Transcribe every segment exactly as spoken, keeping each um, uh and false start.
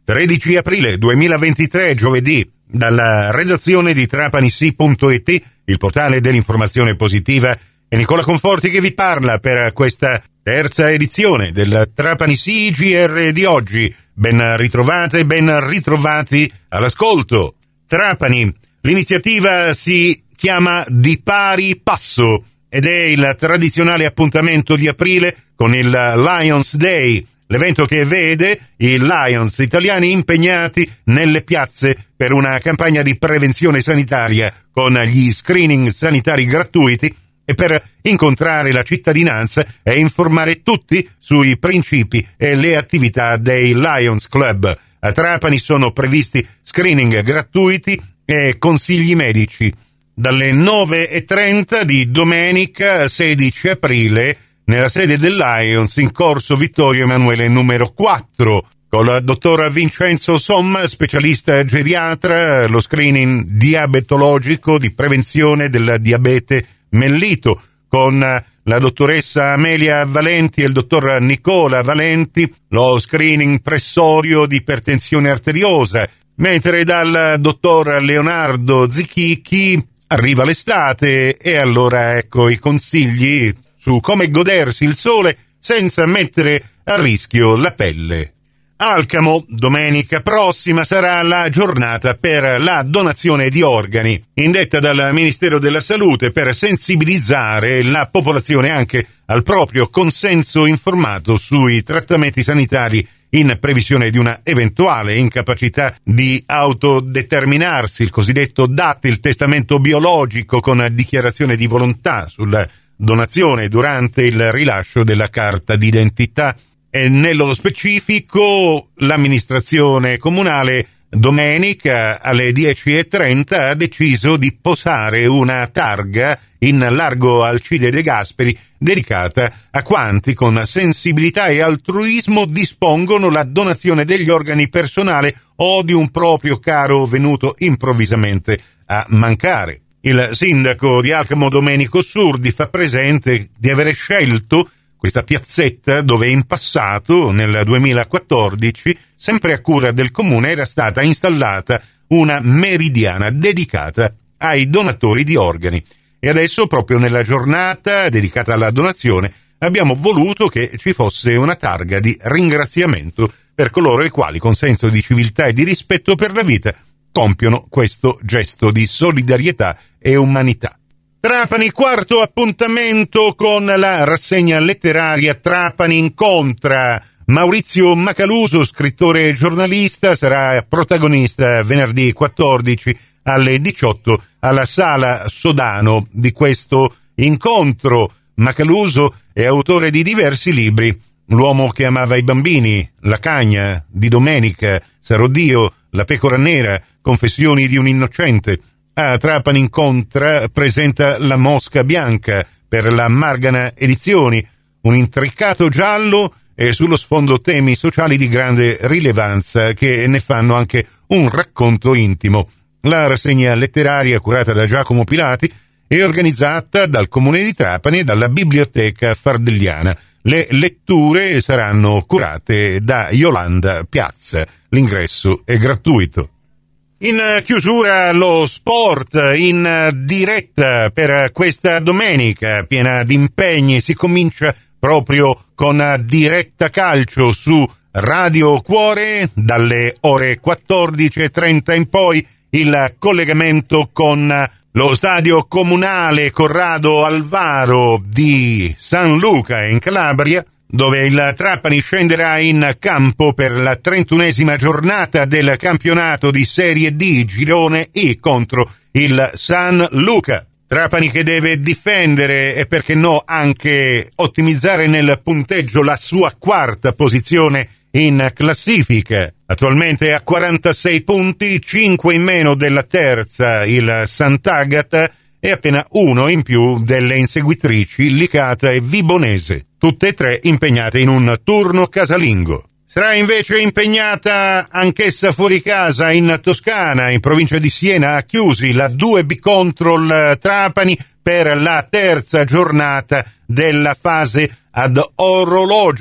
tredici aprile duemilaventitré, giovedì, dalla redazione di Trapanissi punto it, il portale dell'informazione positiva, è Nicola Conforti che vi parla per questa terza edizione del Trapanissi G R di oggi. Ben ritrovate, ben ritrovati all'ascolto. Trapani, l'iniziativa si chiama Di Pari Passo ed è il tradizionale appuntamento di aprile con il Lions Day, l'evento che vede i Lions italiani impegnati nelle piazze per una campagna di prevenzione sanitaria con gli screening sanitari gratuiti e per incontrare la cittadinanza e informare tutti sui principi e le attività dei Lions Club. A Trapani sono previsti screening gratuiti e consigli medici dalle nove e trenta di domenica sedici aprile nella sede del Lions in corso Vittorio Emanuele numero quattro, con il dottor Vincenzo Somma, specialista geriatra, lo screening diabetologico di prevenzione del diabete mellito, con la dottoressa Amelia Valenti e il dottor Nicola Valenti, lo screening pressorio di ipertensione arteriosa, mentre dal dottor Leonardo Zichichi arriva l'estate e allora ecco i consigli su come godersi il sole senza mettere a rischio la pelle. Alcamo, domenica prossima, sarà la giornata per la donazione di organi, indetta dal Ministero della Salute per sensibilizzare la popolazione anche al proprio consenso informato sui trattamenti sanitari in previsione di una eventuale incapacità di autodeterminarsi, il cosiddetto D A T, il testamento biologico con dichiarazione di volontà sulla donazione durante il rilascio della carta d'identità. E nello specifico l'amministrazione comunale domenica alle dieci e trenta ha deciso di posare una targa in largo Alcide De Gasperi dedicata a quanti con sensibilità e altruismo dispongono la donazione degli organi personali o di un proprio caro venuto improvvisamente a mancare. Il sindaco di Alcamo Domenico Surdi fa presente di avere scelto questa piazzetta dove in passato, nel duemilaquattordici, sempre a cura del comune, era stata installata una meridiana dedicata ai donatori di organi. E adesso, proprio nella giornata dedicata alla donazione, abbiamo voluto che ci fosse una targa di ringraziamento per coloro i quali, con senso di civiltà e di rispetto per la vita, compiono questo gesto di solidarietà e umanità. Trapani, quarto appuntamento con la rassegna letteraria Trapani Incontra. Maurizio Macaluso, scrittore e giornalista, sarà protagonista venerdì quattordici alle diciotto alla Sala Sodano di questo incontro. Macaluso è autore di diversi libri: L'uomo che amava i bambini, La cagna di Domenica, Sarò Dio, La pecora nera, Confessioni di un innocente. A Trapani Incontra presenta La mosca bianca per la Margana Edizioni, un intricato giallo e sullo sfondo temi sociali di grande rilevanza che ne fanno anche un racconto intimo. La rassegna letteraria, curata da Giacomo Pilati, è organizzata dal Comune di Trapani e dalla Biblioteca Fardelliana. Le letture saranno curate da Yolanda Piazza. L'ingresso è gratuito. In chiusura lo sport in diretta per questa domenica piena di impegni. Si comincia proprio con Diretta Calcio su Radio Cuore dalle ore quattordici e trenta in poi, il collegamento con lo stadio comunale Corrado Alvaro di San Luca in Calabria, dove il Trapani scenderà in campo per la trentunesima giornata del campionato di Serie D Girone I contro il San Luca. Trapani che deve difendere e perché no anche ottimizzare nel punteggio la sua quarta posizione in classifica. Attualmente a quarantasei punti, cinque in meno della terza, il Sant'Agata, e appena uno in più delle inseguitrici Licata e Vibonese, tutte e tre impegnate in un turno casalingo. Sarà invece impegnata anch'essa fuori casa in Toscana, in provincia di Siena, a Chiusi, la due B contro il Trapani per la terza giornata della fase ad orologio.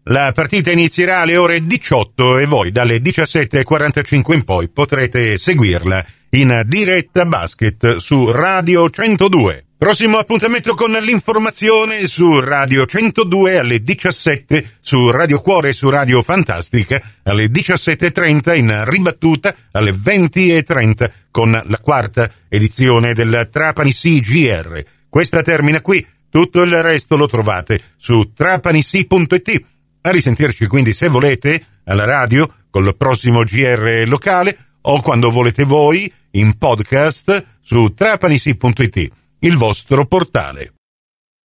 La partita inizierà alle ore diciotto e voi dalle diciassette e quarantacinque in poi potrete seguirla in diretta basket su Radio centodue. Prossimo appuntamento con l'informazione su Radio centodue alle diciassette, su Radio Cuore e su Radio Fantastica alle diciassette e trenta, in ribattuta alle venti e trenta con la quarta edizione del Trapani C G R. Questa termina qui, tutto il resto lo trovate su trapanissi punto it. A risentirci quindi, se volete, alla radio col prossimo G R locale o quando volete voi in podcast su trapanissi punto it, il vostro portale.